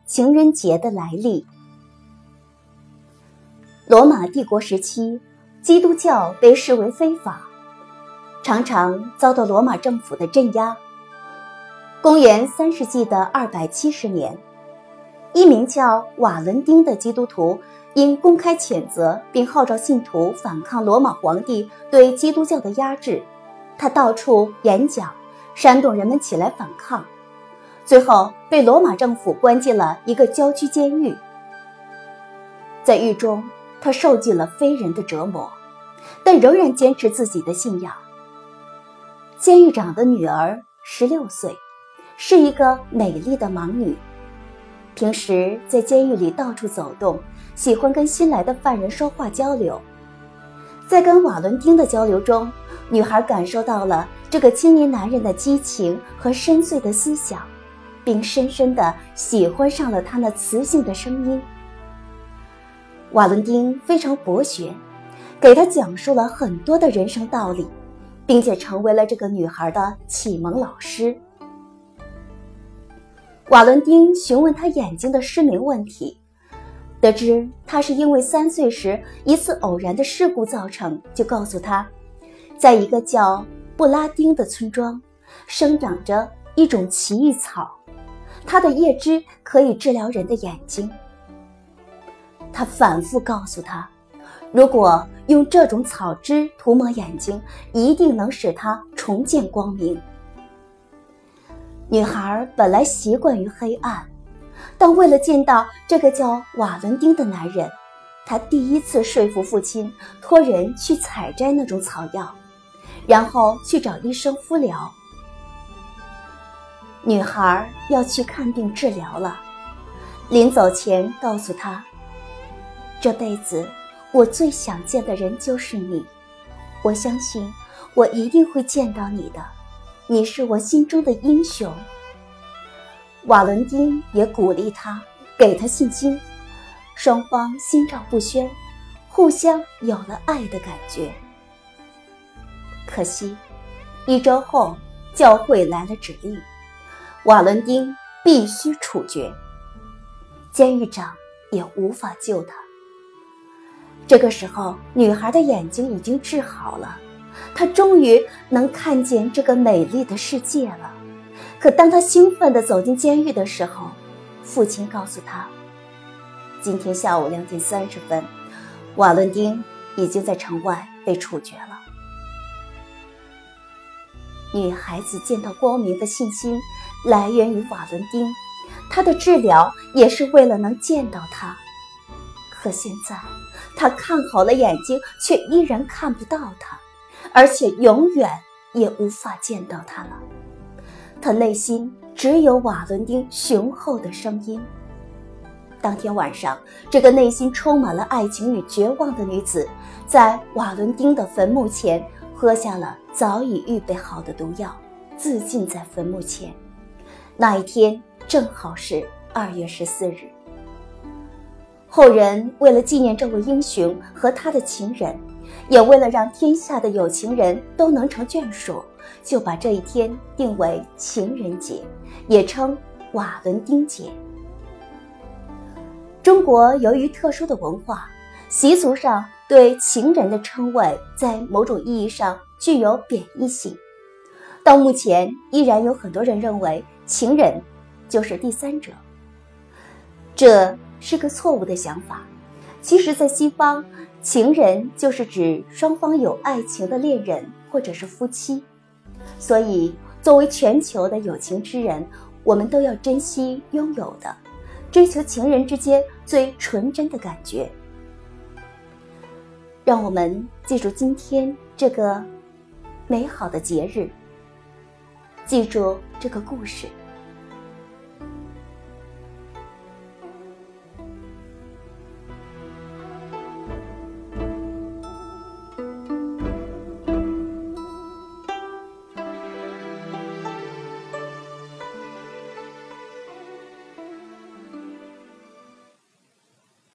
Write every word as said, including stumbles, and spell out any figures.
情人节的来历。罗马帝国时期，基督教被视为非法，常常遭到罗马政府的镇压。公元三世纪的二百七十年，一名叫瓦伦丁的基督徒因公开谴责并号召信徒反抗罗马皇帝对基督教的压制，他到处演讲，煽动人们起来反抗，最后被罗马政府关进了一个郊区监狱。在狱中，他受尽了非人的折磨，但仍然坚持自己的信仰。监狱长的女儿十六岁，是一个美丽的盲女，平时在监狱里到处走动，喜欢跟新来的犯人说话交流。在跟瓦伦丁的交流中，女孩感受到了这个青年男人的激情和深邃的思想，并深深地喜欢上了他那磁性的声音。瓦伦丁非常博学，给他讲述了很多的人生道理，并且成为了这个女孩的启蒙老师。瓦伦丁询问他眼睛的失明问题，得知他是因为三岁时一次偶然的事故造成，就告诉他，在一个叫布拉丁的村庄生长着一种奇异草，它的叶汁可以治疗人的眼睛。他反复告诉他，如果用这种草汁涂抹眼睛，一定能使它重见光明。女孩本来习惯于黑暗，但为了见到这个叫瓦伦丁的男人，她第一次说服父亲托人去采摘那种草药，然后去找医生敷疗。女孩要去看病治疗了，临走前告诉他，这辈子我最想见的人就是你，我相信我一定会见到你的，你是我心中的英雄。瓦伦丁也鼓励他，给他信心，双方心照不宣，互相有了爱的感觉。可惜一周后，教会来了指令，瓦伦丁必须处决，监狱长也无法救他。这个时候，女孩的眼睛已经治好了，她终于能看见这个美丽的世界了。可当她兴奋地走进监狱的时候，父亲告诉她，今天下午两点三十分，瓦伦丁已经在城外被处决了。女孩子见到光明的信心来源于瓦伦丁，她的治疗也是为了能见到他。可现在她看好了眼睛，却依然看不到他，而且永远也无法见到他了。她内心只有瓦伦丁雄厚的声音。当天晚上，这个内心充满了爱情与绝望的女子，在瓦伦丁的坟墓前喝下了早已预备好的毒药，自尽在坟墓前。那一天正好是二月十四日。后人为了纪念这位英雄和他的情人，也为了让天下的有情人都能成眷属，就把这一天定为情人节，也称瓦伦丁节。中国由于特殊的文化习俗上，对情人的称谓在某种意义上具有贬义性。到目前，依然有很多人认为情人就是第三者，这是个错误的想法。其实在西方，情人就是指双方有爱情的恋人或者是夫妻。所以作为全球的有情之人，我们都要珍惜拥有的，追求情人之间最纯真的感觉。让我们记住今天这个美好的节日，记住这个故事。